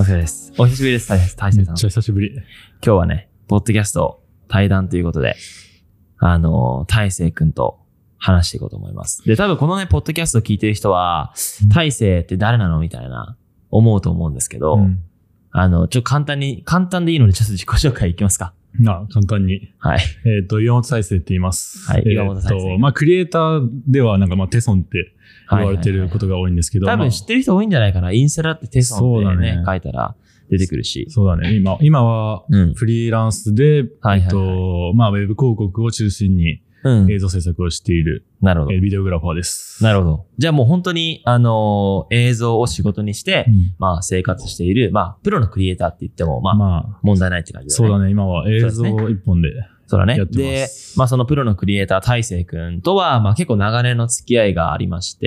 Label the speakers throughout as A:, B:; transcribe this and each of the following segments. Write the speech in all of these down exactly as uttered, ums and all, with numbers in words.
A: お疲れです。お久しぶりです、大勢さん。めっ
B: ちゃ久しぶり。
A: 今日はね、ポッドキャスト対談ということで、あの、大勢くんと話していこうと思います。で、多分このね、ポッドキャスト聞いてる人は、大勢って誰なのみたいな、思うと思うんですけど、うん、あの、ちょっと簡単に、簡単でいいので、ちょっと自己紹介いきますか。
B: な、簡単に。
A: はい。
B: えっ、ー、と、岩本大勢って言います。
A: はい、岩本大勢。
B: えっ、ー、と、まあ、クリエイターでは、なんか、まあ、テソンって言われてることが多いんですけど。
A: はいはいはい、多分知ってる人多いんじゃないかな。インスタだってテソンってね、ね書いたら出てくるし。
B: そうだね。今、今は、フリーランスで、うん、えっと、まあ、ウェブ広告を中心に、映像制作をしている、
A: うん、なるほど。
B: ビデオグラファーです。
A: なるほど。じゃあもう本当に、あのー、映像を仕事にして、うん、まあ生活している、まあプロのクリエイターって言っても、まあ、まあ、問題ないって感じだね。
B: そうだね。今は映像一本でやってます。
A: そうだね。で、まあそのプロのクリエイター、大勢くんとは、まあ結構長年の付き合いがありまして、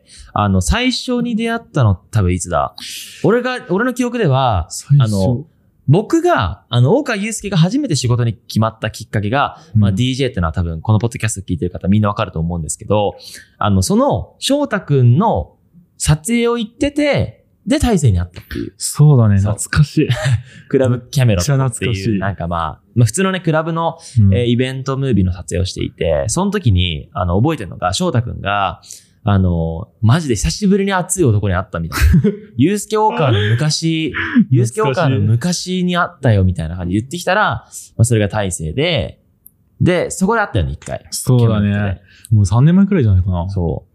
A: あの、最初に出会ったの多分いつだ俺が、俺の記憶では、あの、僕が、あの、大川祐介が初めて仕事に決まったきっかけが、うん、まあ ディージェー ってのは多分このポッドキャスト聞いてる方みんなわかると思うんですけど、あの、その翔太くんの撮影を行ってて、で、大勢に会ったっていう。
B: そうだね、懐かしい。
A: クラブキャメロットっていう、なんかまあ、まあ普通のね、クラブの、うんえー、イベントムービーの撮影をしていて、その時に、あの、覚えてるのが、翔太くんが、あの、マジで久しぶりに熱い男に会ったみたいな。ユースケ・ウォーカーの昔、ユースケ・ウォーカーの昔に会ったよみたいな感じで言ってきたら、まあそれが大勢で、で、そこで会ったよね、一回。
B: そうだね。もうさんねんまえくらいじゃないかな。
A: そう。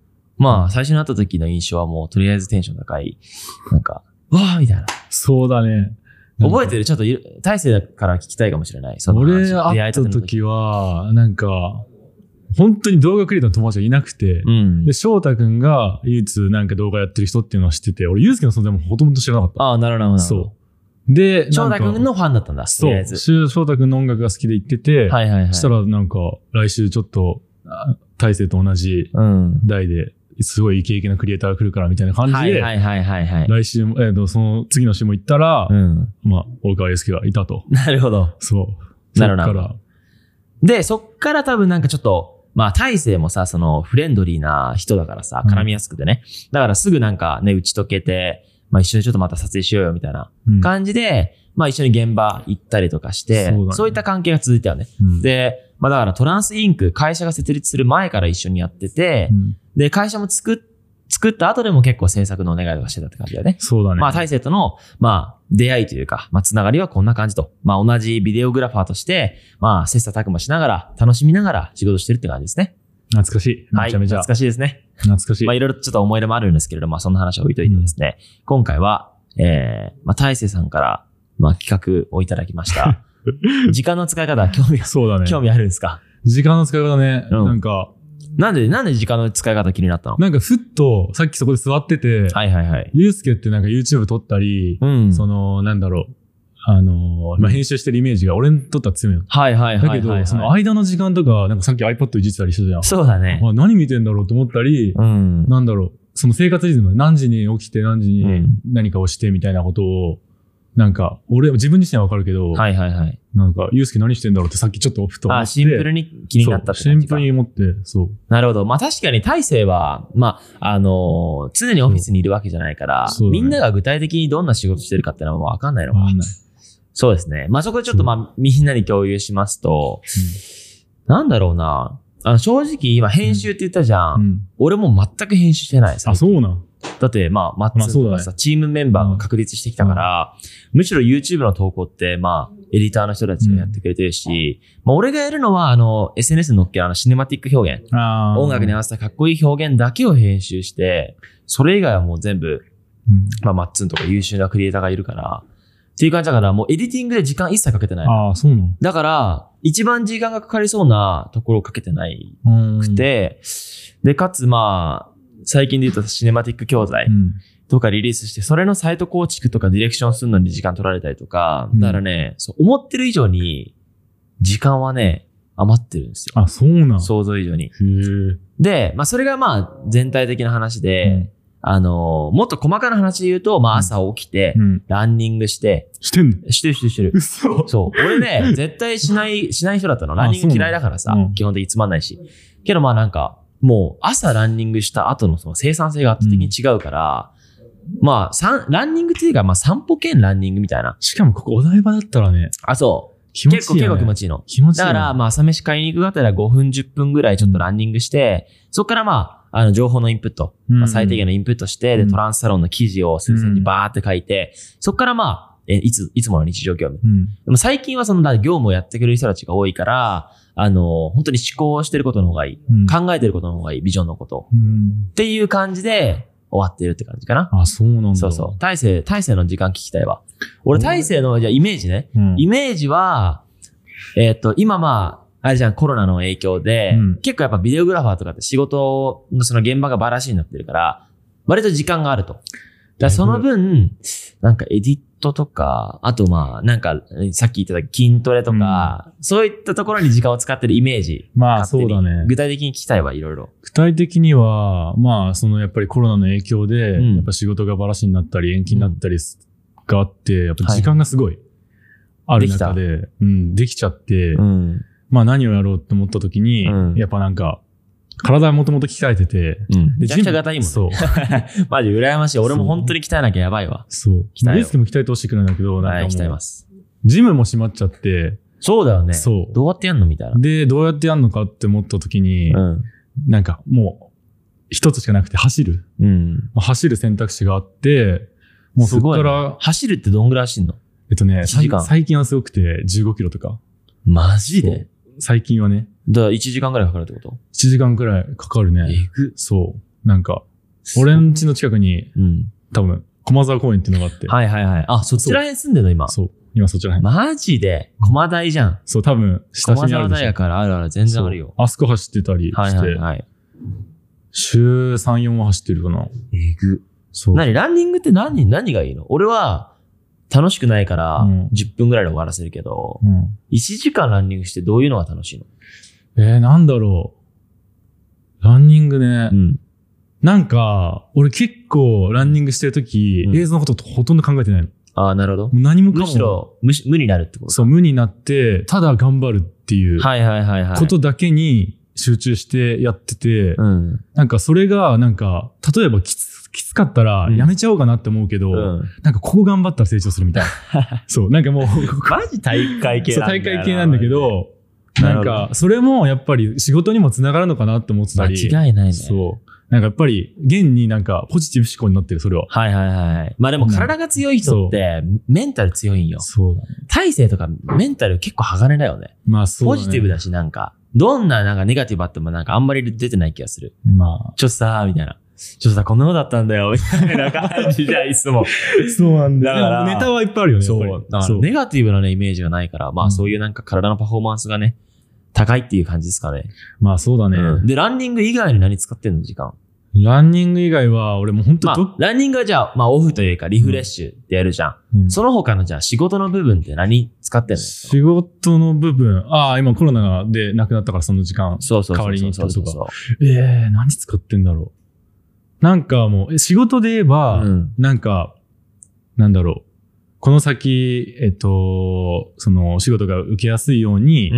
A: まあ、最初に会った時の印象はもう、とりあえずテンション高い。なんか、わーみたいな。
B: そうだね。
A: 覚えてる？ちょっと、大勢から聞きたいかもしれない。その
B: 俺会った時は、なんか、本当に動画クリエイターの友達がいなくて、うん、で、翔太くんが唯一なんか動画やってる人っていうのは知ってて、俺、ゆうすけの存在もほとんど知らなかった。
A: ああ、なるほど、なるほど。
B: そう。で、
A: 翔太くんのファンだったんだ。
B: そう。翔太くんの音楽が好きで行ってて、はいはいはい。したらなんか、来週ちょっと、大勢と同じ代で、すごいイケイケなクリエイターが来るからみたいな感じで、はいはいはいはい、はい。来週も、えっと、その次の週も行ったら、うん、まあ、大川祐介がいたと。
A: なるほど。
B: そう。なるほど。
A: で、そっから多分なんかちょっと、まあ、大勢もさ、その、フレンドリーな人だからさ、絡みやすくてね。うん、だからすぐなんかね、打ち解けて、まあ一緒にちょっとまた撮影しようよみたいな感じで、うん、まあ一緒に現場行ったりとかして、そうだね、そういった関係が続いたよね。うん、で、まあだからトランスインク、会社が設立する前から一緒にやってて、うん、で、会社も作っ、作った後でも結構制作のお願いとかしてたって感じだよね。
B: そうだね。
A: まあ大勢との、まあ出会いというか、まあつながりはこんな感じと。まあ同じビデオグラファーとして、まあ切磋琢磨しながら、楽しみながら仕事してるって感じですね。
B: 懐かしい。めちゃめちゃ。
A: はい、懐かしいですね。
B: 懐かしい。
A: まあいろいろちょっと思い出もあるんですけれども、まあそんな話を置いといてですね。うん、今回は、えー、まあ大勢さんから、まあ企画をいただきました。時間の使い方、興味、
B: そうだね。
A: 興味あるんですか？
B: 時間の使い方ね。うん、なんか、
A: なんで、なんで時間の使い方気になったの？
B: なんかふっと、さっきそこで座ってて、
A: はいはいはい。
B: ゆうすけってなんか YouTube 撮ったり、うん、その、なんだろう。あのー、まあ、編集してるイメージが俺にとっては強いの。
A: はいはいはいはい、はい。
B: だけど、その間の時間とか、なんかさっき iPad いじってたりしてたじゃん。
A: そうだね。
B: あ、何見てんだろうと思ったり、うん、なんだろう。その生活リズム、何時に起きて何時に何かをしてみたいなことを、なんか、俺、自分自身はわかるけど、
A: はいはいはい。
B: なんか、ゆうすけ何してんだろうってさっきちょっとふと思って。
A: あ、シンプルに気になったって感じか。
B: シンプルに思って、そう。
A: なるほど。まあ確かに大勢は、まあ、あのー、常にオフィスにいるわけじゃないから、ね、みんなが具体的にどんな仕事してるかってのはわかんないのか。わかんない。そうですね。まあそこでちょっとまあ、みんなに共有しますと、うん、なんだろうな。あの、正直今編集って言ったじゃん。うん、俺も全く編集してない。
B: あ、そうなん。
A: だって、まあ、マッツンとかさ、チームメンバーが確立してきたから、むしろ YouTube の投稿って、まあ、エディターの人たちがやってくれてるし、まあ、俺がやるのは、あの、エスエヌエス に載っけるあの、シネマティック表現。音楽に合わせたかっこいい表現だけを編集して、それ以外はもう全部、まあ、マッツンとか優秀なクリエイターがいるから、っていう感じだから、もうエディティングで時間一切かけてない。
B: ああ、そうなの？
A: だから、一番時間がかかりそうなところをかけてないくて、で、かつまあ、最近で言うとシネマティック教材とかリリースして、それのサイト構築とかディレクションするのに時間取られたりとか、だからね、そう思ってる以上に時間はね、余ってるんですよ。
B: あ、そうなの？
A: 想像以上に。
B: へー。
A: で、まあそれがまあ全体的な話で、うん、あのー、もっと細かな話で言うと、まあ朝起きて、うん、ランニングして、
B: してんの？
A: してるしてるしてる。
B: 嘘。
A: そう。俺ね、絶対しない、しない人だったの。ランニング嫌いだからさ、うん、基本的につまんないし。けどまあなんか、もう朝ランニングした後のその生産性が圧倒的に違うから、 まあ、ランニングっていうか、まあ散歩兼ランニングみたいな。
B: しかもここお台場だったらね。
A: あ、そう。
B: 気持ちいい、ね。
A: 結構結構気持ちいいの。
B: 気持ちいい、ね。
A: だから、まあ朝飯買いに行くがたらごふんじゅっぷんぐらいちょっとランニングして、うん、そこからまあ、あの、情報のインプット、うん、まあ、最低限のインプットして、で、トランスサロンの記事を数線にバーって書いて、うん、そこからまあ、え、いつ、いつもの日常業務。うん、でも最近はその、業務をやってくれる人たちが多いから、あの、本当に思考してることの方がいい。うん、考えてることの方がいい。ビジョンのこと。うん、っていう感じで終わってるって感じかな。
B: あ、そうなんだ。
A: そうそう。大勢、大勢の時間聞きたいわ。俺、大勢の、じゃあイメージね。うん、イメージは、えー、っと、今まあ、あれじゃん、コロナの影響で、うん、結構やっぱビデオグラファーとかって仕事のその現場がバラシになってるから、割と時間があると。だからその分、なんかエディットとか、あとまあ、なんか、さっき言ってた筋トレとか、うん、そういったところに時間を使ってるイメージ。
B: まあ、そうだね。
A: 具体的に聞きたいわ、いろいろ。
B: 具体的には、まあ、そのやっぱりコロナの影響で、うん、やっぱ仕事がバラシになったり、延期になったりがあって、やっぱ時間がすごいある中で、はい、うん、できちゃって、うん、まあ何をやろうって思った時に、うん、やっぱなんか、体はもともと鍛えてて、
A: うん。めちゃくちゃ硬いもんね。そう。マジ羨ましい。俺も本当に鍛えなきゃやばいわ。
B: そう。鍛えレスケも鍛えてほしくないんだけど、なんかもう、
A: はい、鍛えます。
B: ジムも閉まっちゃって。
A: そうだよね。
B: そう。
A: どうやってやんのみたいな。
B: で、どうやってやんのかって思った時に、うん、なんかもう、一つしかなくて走る。うん。走る選択肢があって、もうそこから、
A: ね、走るってどんぐらい走んの？
B: えっとね、最近はすごくてじゅうごキロとか。
A: マジで？
B: 最近はね。
A: だからいちじかんくらいかかるってこと？
B: いち 時間くらいかかるね。
A: えぐ。
B: そう。なんか、俺ん家の近くに、うん、多分、駒沢公園っていうのがあって。
A: はいはいはい。あ、そちら辺住んでるの今。
B: そう。今そちら辺。
A: マジで駒大じゃん。
B: そう、多分、親しみあるでしょ。
A: 駒沢大学からあるある、全然あるよ。
B: あそこ走ってたりして。はいはいはい。週さん、よんは走ってるかな。
A: えぐ。そう。何ランニングって何、何がいいの？俺は、楽しくないから、じゅっぷんぐらいで終わらせるけど、うん、いちじかんランニングしてどういうのが楽しいの？
B: えー、なんだろう。ランニングね。うん、なんか、俺結構ランニングしてるとき、うん、映像のことほとんど考えてないの。
A: ああ、なるほど。
B: もう何もかも。
A: むしろ無、無になるってこと？
B: そう、無になって、ただ頑張るっていう、
A: はいはいはいはい。
B: ことだけに集中してやってて、うん、なんかそれが、なんか、例えばきつ、きつかったらやめちゃおうかなって思うけど、うん、なんかここ頑張ったら成長するみたいな。そう、なんかもう。
A: マジ大会系なんだよな。
B: そう、大会系なんだけど、なんか、それもやっぱり仕事にもつながるのかなって思ってたり。
A: 間違いないね。
B: そう。なんかやっぱり、現になんかポジティブ思考になってる、それは。
A: はいはいはい。まあでも体が強い人って、メンタル強いんよ。
B: そうだね。
A: 体勢とかメンタル結構鋼だよね。
B: まあそうだね。
A: ポジティブだし、なんか、どんななんかネガティブあってもなんかあんまり出てない気がする。
B: まあ。
A: ちょっとさ、みたいな。ちょっとさ、こんなのだったんだよ、みたいな感じじゃ、いつも。
B: そうなんだ。だから、ネタはいっぱいあるよね。
A: そう。だから、ネガティブなね、イメージがないから、まあそういうなんか体のパフォーマンスがね、高いっていう感じですかね。
B: まあそうだね、
A: うん。で、ランニング以外に何使ってんの時間？
B: ランニング以外は、俺も本当
A: まあ、ランニングはじゃあ、まあオフというかリフレッシュってやるじゃん。うん、その他のじゃあ仕事の部分って何使ってんの？
B: 仕事の部分、ああ、今コロナで亡くなったからその時間、そうそうそうそう代わりに行ったとか。ええー、何使ってんだろう。なんかもう、仕事で言えば、うん、なんか、なんだろう。この先、えっと、その仕事が受けやすいように、うん、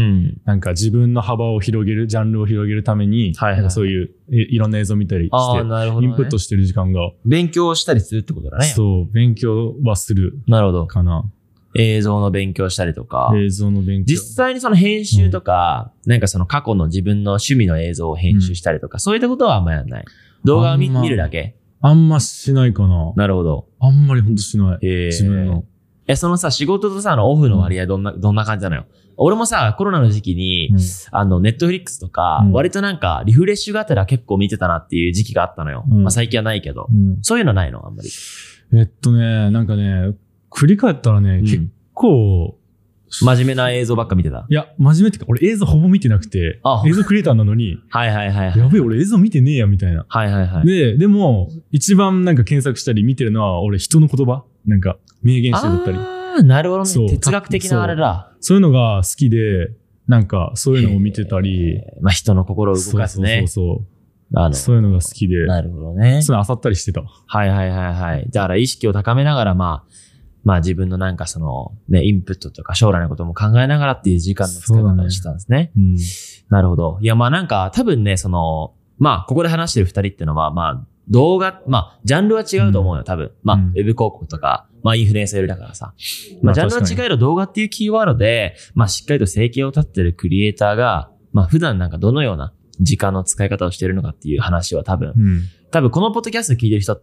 B: なんか自分の幅を広げる、ジャンルを広げるために、はいはい、なんかそういういろんな映像を見たりして、ね、インプットしてる時間が。
A: 勉強したりするってことだね。
B: そう、勉強はする。
A: なるほど。
B: かな。
A: 映像の勉強したりとか。
B: 映像の勉強。
A: 実際にその編集とか、うん、なんかその過去の自分の趣味の映像を編集したりとか、うん、そういったことはあんまやらない。動画を 見, 見るだけ。
B: あんましないかな。
A: なるほど。
B: あんまりほんとしない。えー、自分の。
A: え、そのさ、仕事とさ、あの、オフの割合どんな、うん、どんな感じなのよ。俺もさ、コロナの時期に、うん、あの、ネットフリックスとか、うん、割となんか、リフレッシュがてら結構見てたなっていう時期があったのよ。うん、まあ最近はないけど、うん。そういうのないのあんまり。
B: えっとね、なんかね、振り返ったらね、うん、結構、
A: 真面目な映像ばっか見てた。
B: いや、真面目ってか、俺映像ほぼ見てなくて、ああ映像クリエイターなのに、
A: はいはいはい、はい。
B: やべえ、俺映像見てねえや、みたいな。
A: はいはいはい。
B: で、でも、一番なんか検索したり見てるのは、俺人の言葉なんか、名言集だったり。
A: ああ、なるほどね。哲学的なあれだ
B: そ。そういうのが好きで、なんか、そういうのを見てたり。
A: まあ人の心を動かすね。
B: そうそうそう。あの、そういうのが好きで。
A: なるほどね。
B: そういうの漁ったりしてた。
A: はいはいはいはい。だから意識を高めながら、まあ、まあ自分のなんかそのね、インプットとか将来のことも考えながらっていう時間の使い方をしてたんですね。うねうん、なるほど。いやまあなんか多分ね、その、まあここで話してる二人っていうのはまあ動画、まあ、ジャンルは違うと思うよ、多分。まあ、
B: うん、
A: ウェブ広告とか、まあ、インフルエンサーよりだからさ。まあ、ジャンルは違えど動画っていうキーワードで、まあ、しっかりと生計を立ってるクリエイターが、まあ、普段なんかどのような時間の使い方をしているのかっていう話は多分、
B: うん、
A: 多分このポッドキャスト聞いてる人って、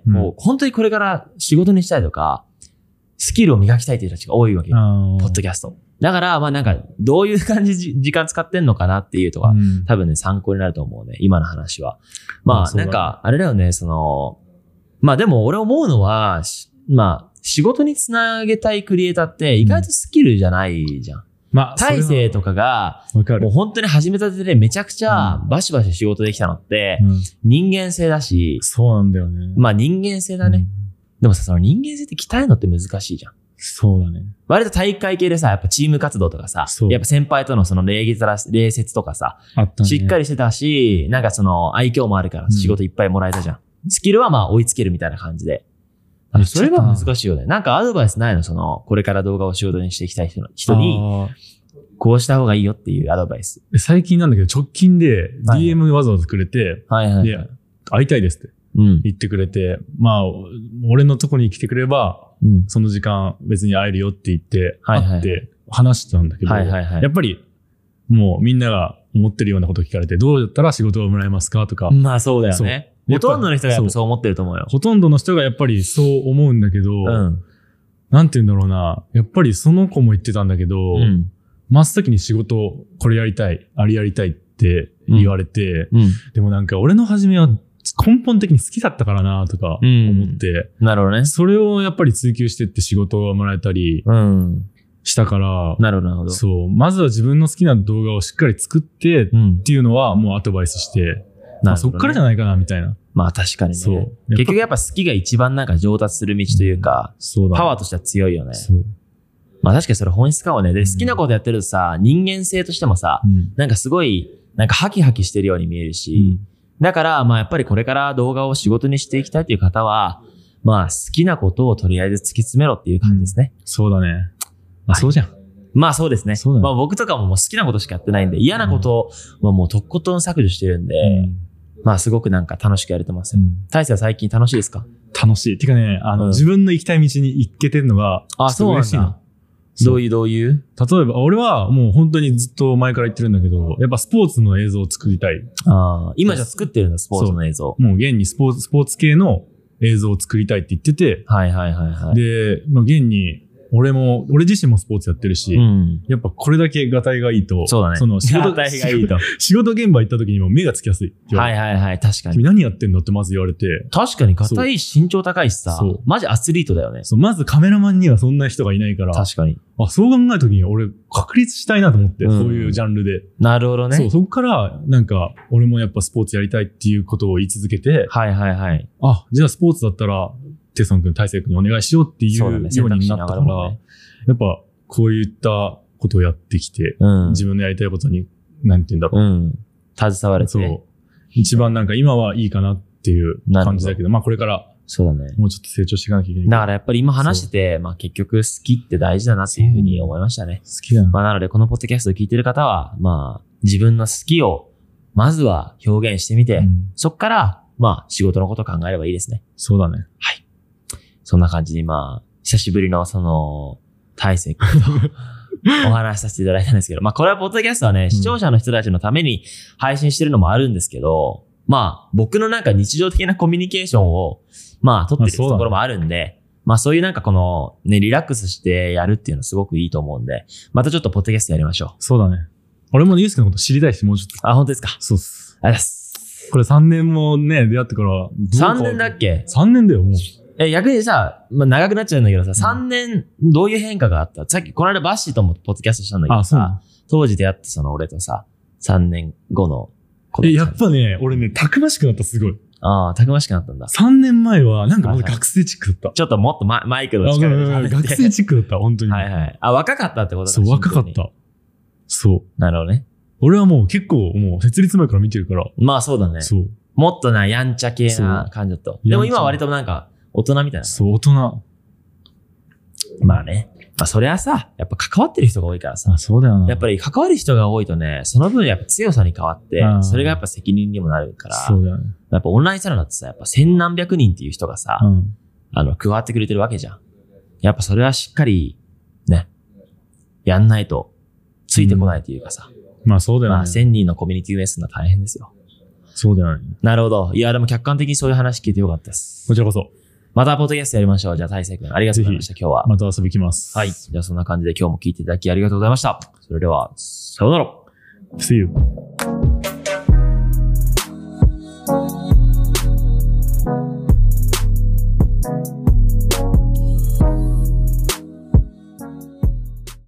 A: もう本当にこれから仕事にしたいとか、スキルを磨きたいっていう人たちが多いわけよ。ポッドキャスト。だから、まあなんか、どういう感じで時間使ってんのかなっていうとか、うん、多分ね、参考になると思うね、今の話は。まあ、なんか、あれだよね、その、まあでも俺思うのは、まあ、仕事につなげたいクリエイターって意外とスキルじゃないじゃん。うん、まあ、大勢とかが、もう本当に始めたてでめちゃくちゃバシバシ仕事できたのって、人間性だし、
B: うん、そうなんだよね。
A: まあ人間性だね。うん、でもさ、その人間性って鍛えるのって難しいじゃん。
B: そうだね。
A: 割と体育会系でさ、やっぱチーム活動とかさ、やっぱ先輩とのその礼儀ら礼節とかさ、あったね、しっかりしてたし、なんかその愛嬌もあるから仕事いっぱいもらえたじゃん。うん、スキルはまあ追いつけるみたいな感じで。それは難しいよね。なんかアドバイスないの？その、これから動画を仕事にしていきたい人の人に、こうした方がいいよっていうアドバイス。
B: 最近なんだけど直近で ディーエム わざわざくれて、
A: はいはい、
B: で、会いたいですって言ってくれて、うん、まあ、俺のとこに来てくれば、うん、その時間別に会えるよって言って、はいはい、会って話してたんだけど、はいはいはい、やっぱりもうみんなが思ってるようなこと聞かれて、どうやったら仕事をもらえますかとか。
A: まあそうだよね。ほとんどの人がやっぱそう思ってると思うよ。
B: ほとんどの人がやっぱりそう思うんだけど、うん、なんて言うんだろうな。やっぱりその子も言ってたんだけど、うん、真っ先に仕事これやりたい、あれやりたいって言われて、うんうん、でもなんか俺の初めは根本的に好きだったからなとか思って、
A: うん、なるほどね。
B: それをやっぱり追求してって仕事をもらえたりしたから、
A: なるほど。
B: そう。まずは自分の好きな動画をしっかり作ってっていうのはもうアドバイスして、まあ、そっからじゃないかなみたいな。
A: まあ確かにね。そう。結局やっぱ好きが一番なんか上達する道というか、うん、そうだね、パワーとしては強いよね。そう。まあ確かにそれ本質かもね。で、好きなことやってるとさ、人間性としてもさ、うん、なんかすごい、なんかハキハキしてるように見えるし、うん、だからまあやっぱりこれから動画を仕事にしていきたいという方は、まあ好きなことをとりあえず突き詰めろっていう感じですね。
B: うん、そうだね。まあそうじゃん。
A: まあそうですね。まあ僕とかももう好きなことしかやってないんで、嫌なことはもうとことん削除してるんで、うん、まあすごくなんか楽しくやれてますよ。大勢は最近楽しいですか？
B: 楽しい。てかね、あの、うん、自分の行きたい道に行けてるのが、
A: あ、そうなんだ。どういう、どういう
B: 例えば、俺はもう本当にずっと前から言ってるんだけど、やっぱスポーツの映像を作りたい。
A: ああ、今じゃ作ってるんだ、スポーツの映像。
B: もう現にスポーツ、スポーツ系の映像を作りたいって言ってて、
A: はいはいはいはい。
B: で、まあ、現に、俺も、俺自身もスポーツやってるし、うん、やっぱこれだけガタイがいいと、
A: そうだね。
B: その仕事、
A: ガタイがいいと。
B: 仕事現場行った時にも目がつきやすい。
A: はいはいはい、確かに。
B: 君何やってんのってまず言われて。
A: 確かにガタイ身長高いしさ、マジアスリートだよね。
B: そう、まずカメラマンにはそんな人がいないから。
A: 確かに。
B: あ、そう考えた時に俺確立したいなと思って、うん、そういうジャンルで。
A: なるほどね。
B: そう、そこから、なんか、俺もやっぱスポーツやりたいっていうことを言い続けて、
A: はいはいはい。
B: あ、じゃあスポーツだったら、テソン君、大勢君にお願いしようっていうようになったから、やっぱ、こういったことをやってきて、うん、自分のやりたいことに、なんて言うんだろう。うん。
A: 携われて、ね。
B: そう。一番なんか今はいいかなっていう感じだけど、まあこれから、
A: そうだね。
B: もうちょっと成長していかなきゃいけない。
A: だからやっぱり今話してて、まあ結局好きって大事だなっていうふうに思いましたね。
B: 好きだな。
A: まあなのでこのポッドキャストを聞いてる方は、まあ自分の好きをまずは表現してみて、うん、そっからまあ仕事のことを考えればいいですね。
B: そうだね。
A: はい。そんな感じにまあ、久しぶりのその、大勢君とお話しさせていただいたんですけど、まあこれはポッドキャストはね、うん、視聴者の人たちのために配信してるのもあるんですけど、まあ僕のなんか日常的なコミュニケーションをまあ取ってるところもあるんで、まあそういうなんかこのね、リラックスしてやるっていうのすごくいいと思うんで、またちょっとポッドキャストやりましょう。
B: そうだね。俺もユースケのこと知りたいし、もうちょっと。
A: あ、本当ですか？
B: そうっす。
A: ありがとうございます。
B: これさんねんもね、出会ってから。
A: さんねんだっけ？
B: さん 年だよ、もう。
A: え、逆にさ、まあ、長くなっちゃうんだけどさ、うん、さんねん、どういう変化があった？さっき、この間バッシーともポッドキャストしたんだけどさ、当時出会ったその俺とさ、さんねんごの子。
B: え、やっぱね、俺ね、たくましくなった、すごい。
A: ああ、たくましくなったんだ。
B: さんねんまえは、なんかまだ学生チックだった。はいはい、
A: ちょっともっとママイクの力で喋って。
B: 学生チックだった、本当に。
A: はいはい。あ、若かったってことだ。
B: そう、若かった。そう。
A: なるほどね。
B: 俺はもう結構、もう設立前から見てるから。
A: まあそうだね。そう。もっとな、やんちゃ系な感じだった。でも今は割となんか、大人みたいな。
B: そう、大人。
A: まあね。 まあそりゃさ、やっぱ関わってる人が多いからさ。
B: そうだよな。
A: やっぱり関わる人が多いとね、その分やっぱ強さに変わって、それがやっぱ責任にもなるから。
B: そうだよね。
A: やっぱオンラインサロンだってさ、やっぱ千何百人っていう人がさ、うん、あの、加わってくれてるわけじゃん。やっぱそれはしっかり、ね、やんないと、ついてこないというかさ。
B: うん、まあそうだよね。まあ
A: 千人のコミュニティ運営するのは大変ですよ。
B: そうだよね。
A: なるほど。いや、でも客観的にそういう話聞いてよかったです。
B: こちらこそ。
A: またポッドキャストやりましょう。じゃあ大成君ありがとうございました。今日は。
B: また遊び来ます。
A: はい。じゃあそんな感じで今日も聞いていただきありがとうございました。それでは、さようなら。
B: See you.